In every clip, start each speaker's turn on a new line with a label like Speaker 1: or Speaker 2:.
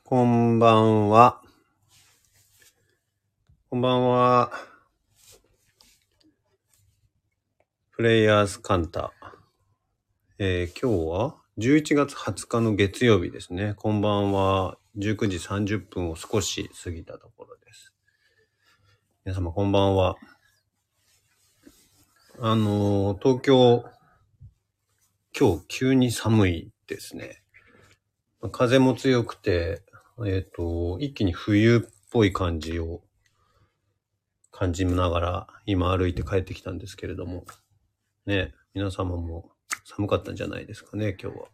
Speaker 1: こんばんは。こんばんは。プレイヤーズカンタ。今日は11月20日の月曜日ですね。こんばんは。19時30分を少し過ぎたところです。皆様こんばんは。東京、今日急に寒いですね。風も強くて、一気に冬っぽい感じを感じながら今歩いて帰ってきたんですけれども、ね、皆様も寒かったんじゃないですかね、今日は。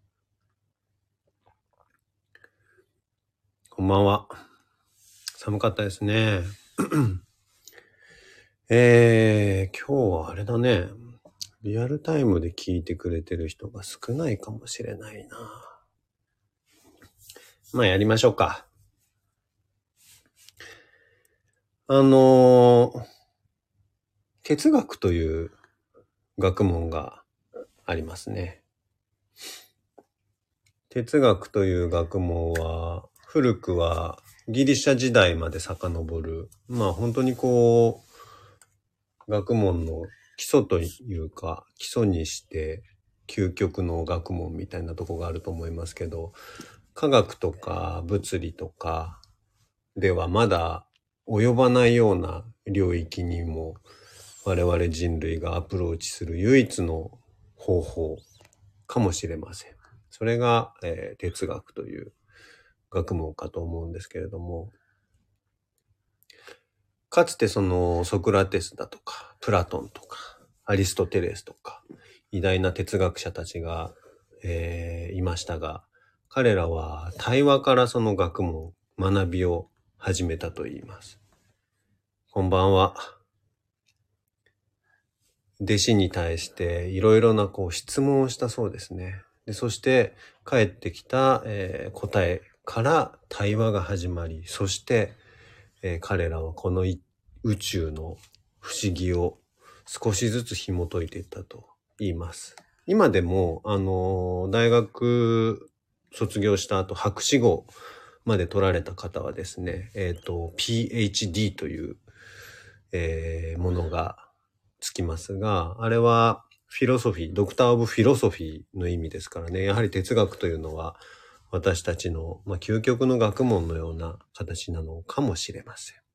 Speaker 1: こんばんは。寒かったですね。今日はあれだね。リアルタイムで聞いてくれてる人が少ないかもしれないな。まあやりましょうか。哲学という学問がありますね。哲学という学問は古くはギリシャ時代まで遡る、まあ本当にこう学問の基礎というか基礎にして究極の学問みたいなとこがあると思いますけど、科学とか物理とかではまだ及ばないような領域にも我々人類がアプローチする唯一の方法かもしれません。それが、哲学という学問かと思うんですけれども、かつてそのソクラテスだとかプラトンとかアリストテレスとか偉大な哲学者たちが、いましたが、彼らは対話からその学問、学びを始めたと言います。こんばんは。弟子に対していろいろな質問をしたそうですね。で、そして返ってきた、答えから対話が始まり、そして、彼らはこの宇宙の不思議を少しずつ紐解いていったと言います。今でも、大学卒業した後、博士号まで取られた方はですね、PhD という、ものがつきますが、あれはフィロソフィー、ドクター・オブ・フィロソフィーの意味ですからね、やはり哲学というのは私たちの、究極の学問のような形なのかもしれません。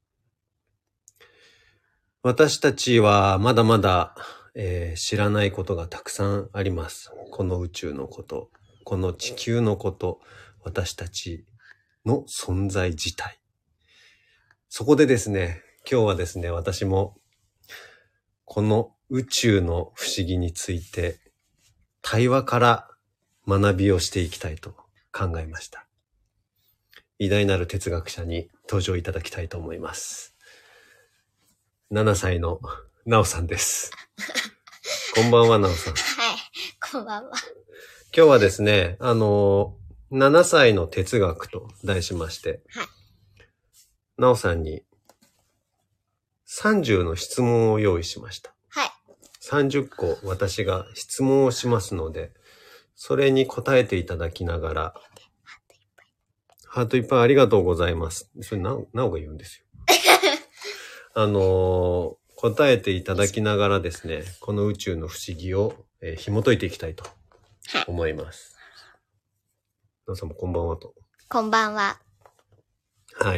Speaker 1: 私たちはまだまだ、知らないことがたくさんあります。この宇宙のこと、この地球のこと、私たちの存在自体。そこでですね、今日はですね、私もこの宇宙の不思議について対話から学びをしていきたいと考えました。偉大なる哲学者に登場いただきたいと思います。7歳のなおさんです。こんばんは、なおさん。
Speaker 2: はい、こんばんは。
Speaker 1: 今日はですね、7歳の哲学と題しまして、
Speaker 2: はい、
Speaker 1: なおさんに30の質問を用意しました。
Speaker 2: はい。
Speaker 1: 30個私が質問をしますので、それに答えていただきながら、ハートいっぱいありがとうございます。それなおが言うんですよ。答えていただきながらですね、この宇宙の不思議を、紐解いていきたいと思います。なおさんもこんばんはと。
Speaker 2: こんばんは。
Speaker 1: はい。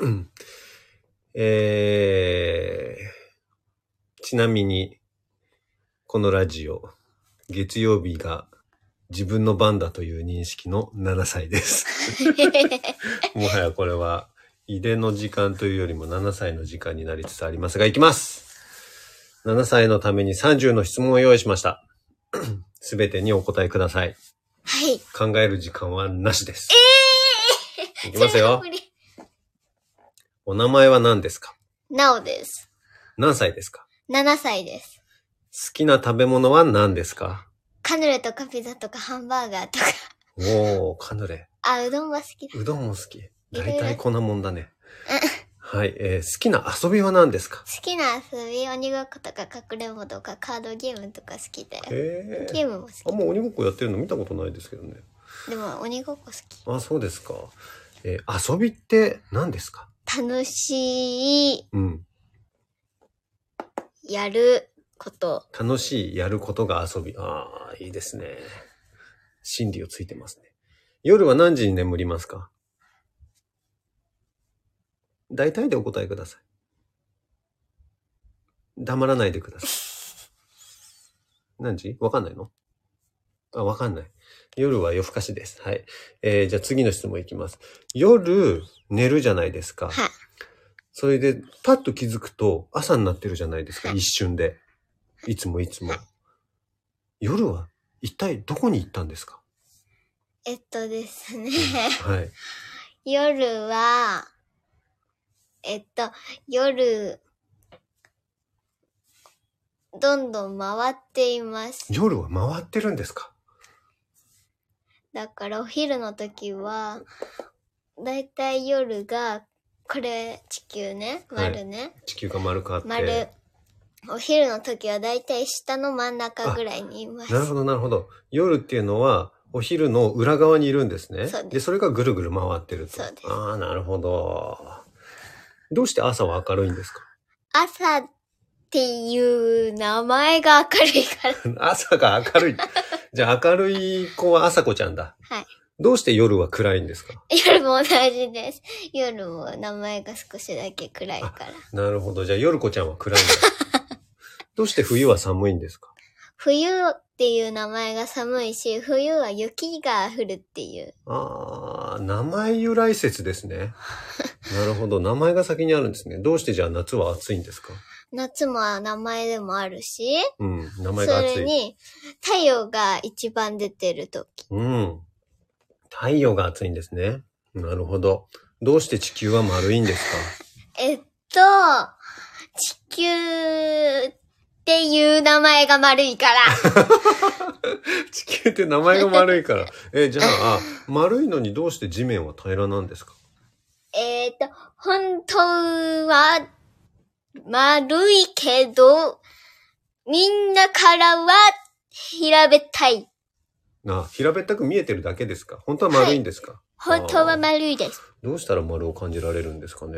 Speaker 1: ちなみに、このラジオ、月曜日が自分の番だという認識の7歳です。もはやこれは、入れの時間というよりも7歳の時間になりつつありますが、いきます。7歳のために30の質問を用意しました。すべてにお答えください。
Speaker 2: はい。
Speaker 1: 考える時間はなしです。いきますよ。お名前は何ですか？
Speaker 2: なおです。
Speaker 1: 何歳ですか
Speaker 2: ？7歳です。
Speaker 1: 好きな食べ物は何ですか？
Speaker 2: カヌレとかピザとかハンバーガーとか。
Speaker 1: おー、カヌレ。
Speaker 2: あ、うどんは好きだ。
Speaker 1: うどんも好き。大体こんなもんだね。はい、好きな遊びは何ですか？
Speaker 2: 好きな遊び、鬼ごっことかかくれんぼとかカードゲームとか好きだよ。
Speaker 1: ゲ
Speaker 2: ームも好き。
Speaker 1: あんま鬼ごっこやってるの見たことないですけどね。
Speaker 2: でも鬼ごっこ好き。
Speaker 1: あ、そうですか。遊びって何ですか？
Speaker 2: 楽しい、
Speaker 1: うん。
Speaker 2: やること。
Speaker 1: 楽しいやることが遊び。ああ、いいですね。心理をついてますね。夜は何時に眠りますか？大体でお答えください。黙らないでください。何時？わかんないの？あ、わかんない。夜は夜更かしです。はい。じゃあ次の質問いきます。夜寝るじゃないですか。
Speaker 2: はい。
Speaker 1: それでパッと気づくと朝になってるじゃないですか。
Speaker 2: はい
Speaker 1: 一瞬で。いつも。夜は一体どこに行ったんですか？
Speaker 2: ですね。
Speaker 1: はい。
Speaker 2: 夜は、夜、どんどん回っています。
Speaker 1: 夜は回ってるんですか？
Speaker 2: だからお昼の時は、だいたい夜が、これ地球ね、丸ね。
Speaker 1: 地球が丸くあって。
Speaker 2: 丸。お昼の時はだいたい下の真ん中ぐらいにいます。
Speaker 1: なるほど、なるほど。夜っていうのは、お昼の裏側にいるんですね。
Speaker 2: そうです。
Speaker 1: で、それがぐるぐる回ってると。
Speaker 2: そうです。
Speaker 1: ああ、なるほど。どうして朝は明るいんですか？
Speaker 2: 朝っていう名前が明るいから。
Speaker 1: 朝が明るい。じゃあ明るい子は朝子ちゃんだ。
Speaker 2: はい。
Speaker 1: どうして夜は暗いんですか？
Speaker 2: 夜も同じです。夜も名前が少しだけ暗いから。
Speaker 1: なるほど。じゃあ夜子ちゃんは暗いんだ。どうして冬は寒いんですか？
Speaker 2: 冬っていう名前が寒いし、冬は雪が降るっていう。
Speaker 1: ああ、名前由来説ですね。なるほど。名前が先にあるんですね。どうしてじゃあ夏は暑いんですか？
Speaker 2: 夏も名前でもあるし、
Speaker 1: うん、名前が暑い。
Speaker 2: それに太陽が一番出てる時。
Speaker 1: うん。太陽が暑いんですね。なるほど。どうして地球は丸いんですか？
Speaker 2: 地球っていう名前が丸いから。
Speaker 1: 地球って名前が丸いから。じゃあ、丸いのにどうして地面は平らなんですか？
Speaker 2: 本当は丸いけど、みんなからは平べったい。
Speaker 1: 平べったく見えてるだけですか？本当は丸いんですか？
Speaker 2: 本当は丸いです。
Speaker 1: どうしたら丸を感じられるんですかね。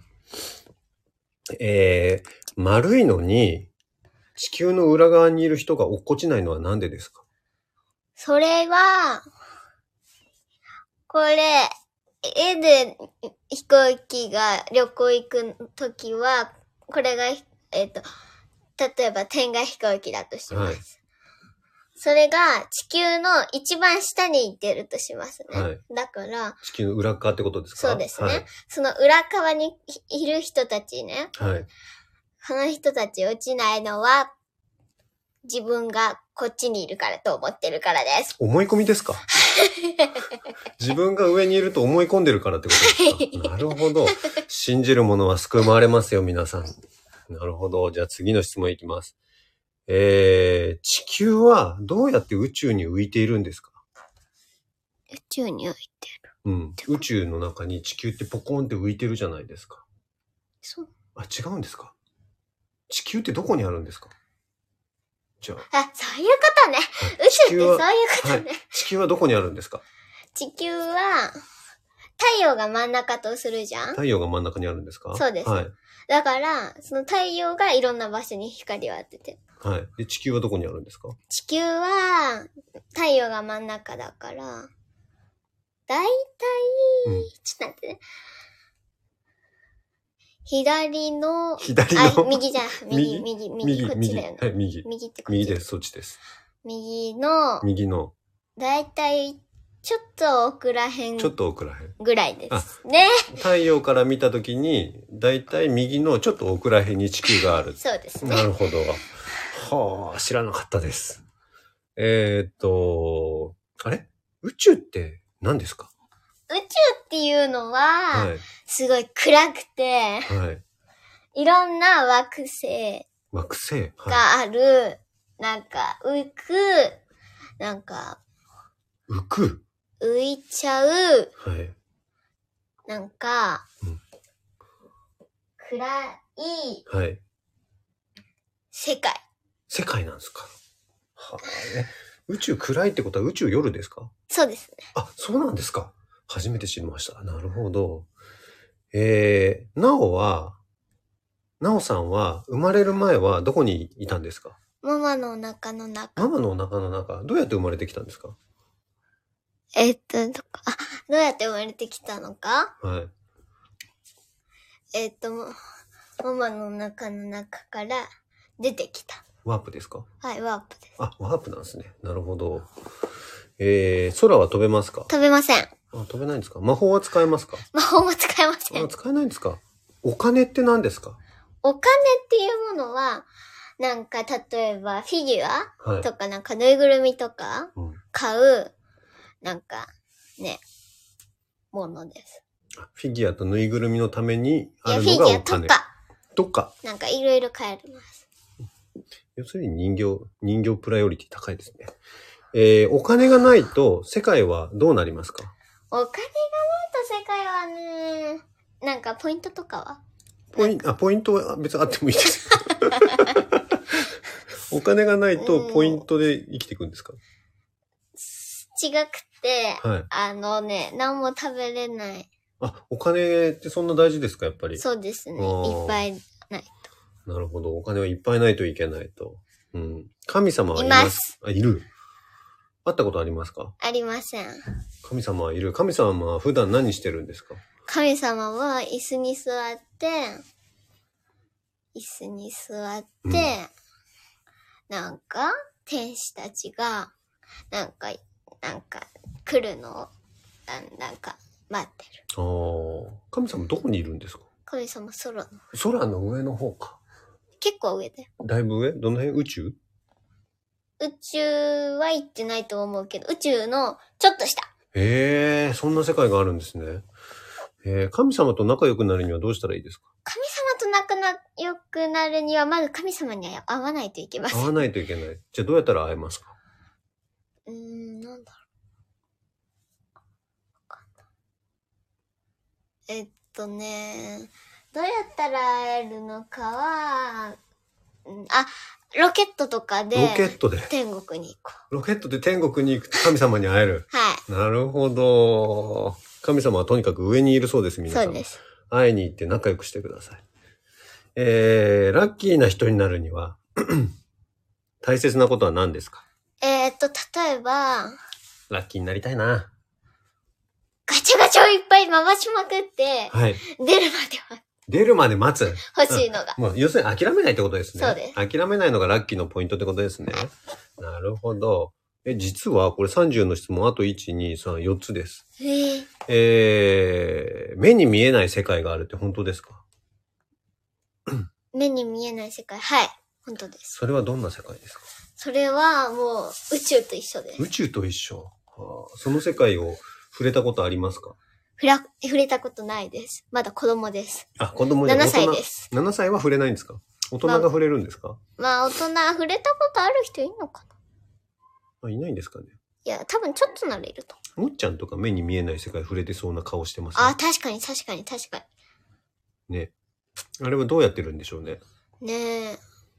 Speaker 1: 丸いのに地球の裏側にいる人が落っこちないのはなんでですか？
Speaker 2: それは、これ、絵で飛行機が旅行行くときは、これが、例えば天外飛行機だとします。はい、それが地球の一番下に行ってるとしますね。はい、だから、
Speaker 1: 地球の裏側ってことですか？
Speaker 2: そうですね。はい、その裏側にいる人たちね。はい。その人たち落ちないのは、自分がこっちにいるからと思ってるからです。
Speaker 1: 思い込みですか？自分が上にいると思い込んでるからってことですか？なるほど。信じる者は救われますよ、皆さん。なるほど。じゃあ次の質問いきます。地球はどうやって宇宙に浮いているんですか？
Speaker 2: 宇宙に浮いてる。
Speaker 1: うん。宇宙の中に地球ってポコンって浮いてるじゃないですか。
Speaker 2: そう。
Speaker 1: あ、違うんですか？地球ってどこにあるんですか？じゃあ。
Speaker 2: そういうことね。宇宙ってそういうことね、はい。
Speaker 1: 地球はどこにあるんですか？
Speaker 2: 地球は、太陽が真ん中とするじゃん？
Speaker 1: 太陽が真ん中にあるんですか？
Speaker 2: そうです。はい。だから、その太陽がいろんな場所に光を当ててる。
Speaker 1: はい。で、地球はどこにあるんですか？
Speaker 2: 地球は、太陽が真ん中だから、だいたい、ちょっと待ってね。左の、右じゃん。右、こっちだよね。
Speaker 1: はい、右。
Speaker 2: 右ってこっち。
Speaker 1: 右です、そっちです。
Speaker 2: 右の、だいたい、ちょっと奥らへん。
Speaker 1: ちょっと奥らへん。
Speaker 2: ぐらいですね。
Speaker 1: 太陽から見たときに、だいたい右のちょっと奥らへんに地球がある。
Speaker 2: そうですね。
Speaker 1: なるほど。はあ、知らなかったです。あれ？宇宙って何ですか？
Speaker 2: 宇宙っていうのは、はい、すごい暗くて、はい、いろんな惑星がある、なんか浮いちゃう、はい、なんか、暗い、はい、世界
Speaker 1: なんですか？はあ、宇宙暗いってことは宇宙夜ですか？
Speaker 2: そうですね。
Speaker 1: あ、そうなんですか。初めて知りました。なるほど。なおさんは生まれる前はどこにいたんですか？
Speaker 2: ママのお腹の中。
Speaker 1: ママのお腹の中、どうやって生まれてきたんですか？
Speaker 2: どうやって生まれてきたのか？
Speaker 1: はい。
Speaker 2: ママのお腹の中から出てきた。
Speaker 1: ワープですか？
Speaker 2: はい、ワープです。
Speaker 1: あ、ワープなんですね。なるほど。空は飛べますか？
Speaker 2: 飛べません。
Speaker 1: あ、飛べないんですか？魔法は使えますか？
Speaker 2: 魔法も使えません。
Speaker 1: 使えないんですか？お金って何ですか？
Speaker 2: お金っていうものは、なんか例えばフィギュア、
Speaker 1: はい、
Speaker 2: とかなんかぬいぐるみとか買う、なんかね、ものです。
Speaker 1: フィギュアとぬいぐるみのためにあるのがお金。
Speaker 2: いや、フィギュア
Speaker 1: とか。
Speaker 2: なんかいろいろ買えます。
Speaker 1: 要するに人形プライオリティ高いですね。お金がないと世界はどうなりますか？
Speaker 2: お金がないと世界はね、なんかポイントとかは
Speaker 1: ポイントは別にあってもいいです。お金がないとポイントで生きていくんですか？
Speaker 2: 違くて、
Speaker 1: はい。
Speaker 2: 何も食べれない。
Speaker 1: あ、お金ってそんな大事ですか、やっぱり。
Speaker 2: そうですね。いっぱいない
Speaker 1: と。なるほど。お金はいっぱいないといけないと。うん。神様はい
Speaker 2: ます。
Speaker 1: あ、いる。会ったことありますか？
Speaker 2: ありません。
Speaker 1: 神様はいる。神様は普段何してるんですか？
Speaker 2: 神様は椅子に座って、なんか、天使たちが、なんか、来るのを、なんか、待ってる。
Speaker 1: 神様どこにいるんですか？
Speaker 2: 神様
Speaker 1: 空の上の方か。
Speaker 2: 結構上だよ。
Speaker 1: だいぶ上？どの辺？宇宙
Speaker 2: は行ってないと思うけど、宇宙のちょっと下。
Speaker 1: そんな世界があるんですね。神様と仲良くなるにはどうしたらいいですか？
Speaker 2: 神様と仲良くなるには、まず神様に会わないといけません。
Speaker 1: 会わないといけない。じゃあどうやったら会えますか？
Speaker 2: なんだろう。どうやったら会えるのかは、ロケットとかで。
Speaker 1: ロケットで
Speaker 2: 天国に行こ
Speaker 1: う。ロケットで天国に行くと神様に会える。
Speaker 2: はい。
Speaker 1: なるほど。神様はとにかく上にいるそうです、皆さん。
Speaker 2: そうです。
Speaker 1: 会いに行って仲良くしてください。ラッキーな人になるには、大切なことは何ですか？
Speaker 2: 例えば、
Speaker 1: ラッキーになりたいな。
Speaker 2: ガチャガチャをいっぱい回しまくって、
Speaker 1: はい。
Speaker 2: 出るまで
Speaker 1: 待つ。
Speaker 2: 欲しいのが。
Speaker 1: もう要するに諦めないってことですね。
Speaker 2: そうです。
Speaker 1: 諦めないのがラッキーのポイントってことですね。なるほど。実はこれ30の質問、あと1、2、3、4つです。目に見えない世界があるって本当ですか？
Speaker 2: 目に見えない世界。はい。本当です。
Speaker 1: それはどんな世界ですか？
Speaker 2: それはもう宇宙と一緒です。
Speaker 1: 宇宙と一緒。その世界を触れたことありますか？
Speaker 2: 触れたことないです。まだ子供です。
Speaker 1: 子供じゃ
Speaker 2: 7歳です。
Speaker 1: 7歳は触れないんですか？大人が触れるんですか？
Speaker 2: 大人触れたことある人いるのかな？
Speaker 1: いないんですかね？
Speaker 2: いや、多分ちょっとならいると。
Speaker 1: もっちゃんとか目に見えない世界触れてそうな顔してます
Speaker 2: ね。確かに。
Speaker 1: ね。あれはどうやってるんでしょうね。
Speaker 2: ねえ。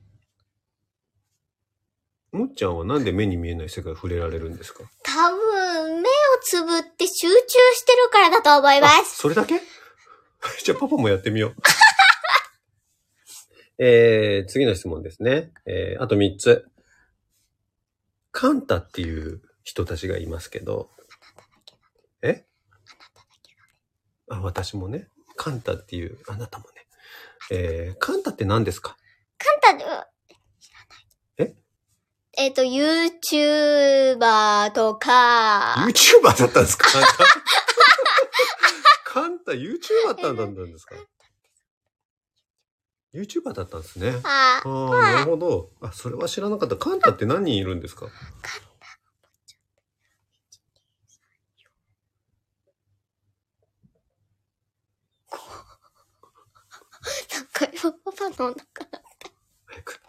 Speaker 1: もっちゃんはなんで目に見えない世界触れられるんですか？
Speaker 2: 多分、目をつぶって集中してるからだと思います。
Speaker 1: それだけ？じゃあパパもやってみよう。次の質問ですね。あと3つ。カンタっていう人たちがいますけど。私もね。カンタっていうあなたもね。カンタって何ですか？
Speaker 2: カンタでは知らない。YouTuber とか。
Speaker 1: YouTuber だったんですか？カンタ YouTuber だったんですか？YouTuber だったんですね。なるほど。それは知らなかった。カンタって何人いるんですか？
Speaker 2: カンタ。なんか今パパのお腹だった。
Speaker 1: 早く。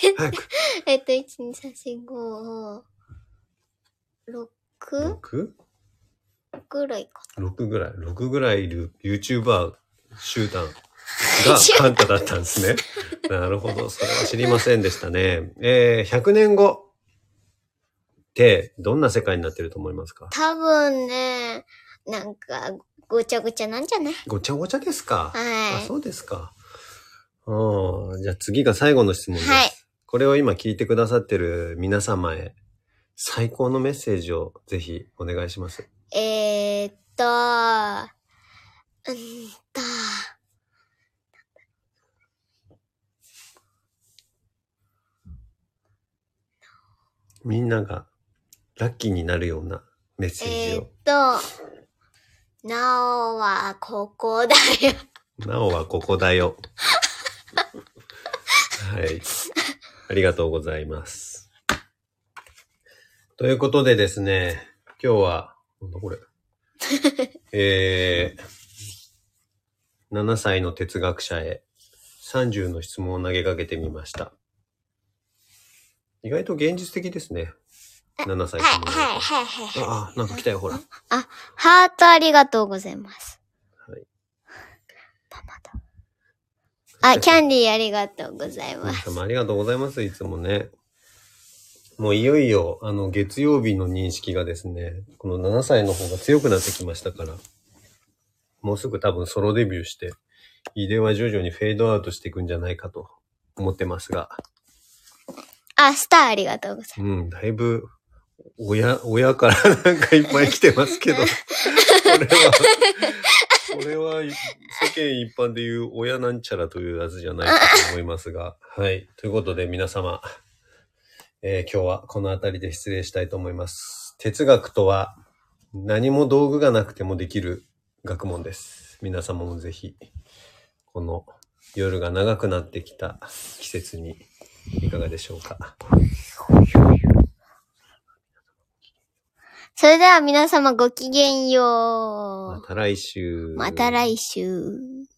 Speaker 2: 1、2、3、4、5、6ぐらいかな。
Speaker 1: 6ぐらいいる YouTuber 集団がカンタだったんですね。なるほど。それは知りませんでしたね。100年後。 ってどんな世界になってると思いますか？
Speaker 2: 多分ね、なんか、ごちゃごちゃなんじゃない？
Speaker 1: ごちゃごちゃですか？
Speaker 2: はい。
Speaker 1: あ、そうですか。じゃあ次が最後の質問です。
Speaker 2: はい。
Speaker 1: これを今聞いてくださってる皆様へ最高のメッセージをぜひお願いします。みんながラッキーになるようなメッセージを。
Speaker 2: なおはここだよ。
Speaker 1: なおはここだよ。はい。ありがとうございます。ということでですね、今日は、なんだこれ。7歳の哲学者へ30の質問を投げかけてみました。意外と現実的ですね。7歳とも。あ、なんか来たよ、ほら。
Speaker 2: あ、ハートありがとうございます。はい。あ、キャンディーありがとうございます。
Speaker 1: 皆様ありがとうございます、いつもね。もういよいよ、月曜日の認識がですね、この7歳の方が強くなってきましたから、もうすぐ多分ソロデビューして、イデは徐々にフェードアウトしていくんじゃないかと思ってますが。
Speaker 2: あ、スターありがとうございます。
Speaker 1: だいぶ、親からなんかいっぱい来てますけど、これは世間一般でいう親なんちゃらというやつじゃないかと思いますが、はい。ということで皆様、今日はこの辺りで失礼したいと思います。哲学とは何も道具がなくてもできる学問です。皆様もぜひ、この夜が長くなってきた季節にいかがでしょうか。
Speaker 2: それでは皆様ごきげんよう。
Speaker 1: また来週。
Speaker 2: また来週。